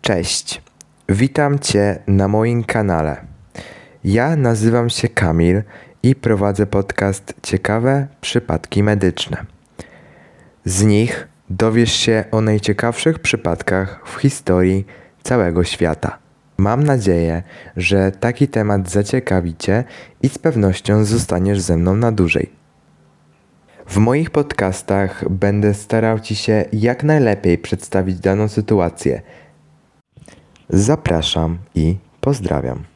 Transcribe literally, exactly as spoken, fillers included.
Cześć, witam Cię na moim kanale. Ja nazywam się Kamil i prowadzę podcast Ciekawe Przypadki Medyczne. Z nich dowiesz się o najciekawszych przypadkach w historii całego świata. Mam nadzieję, że taki temat zaciekawi Cię i z pewnością zostaniesz ze mną na dłużej. W moich podcastach będę starał Ci się jak najlepiej przedstawić daną sytuację. Zapraszam i pozdrawiam.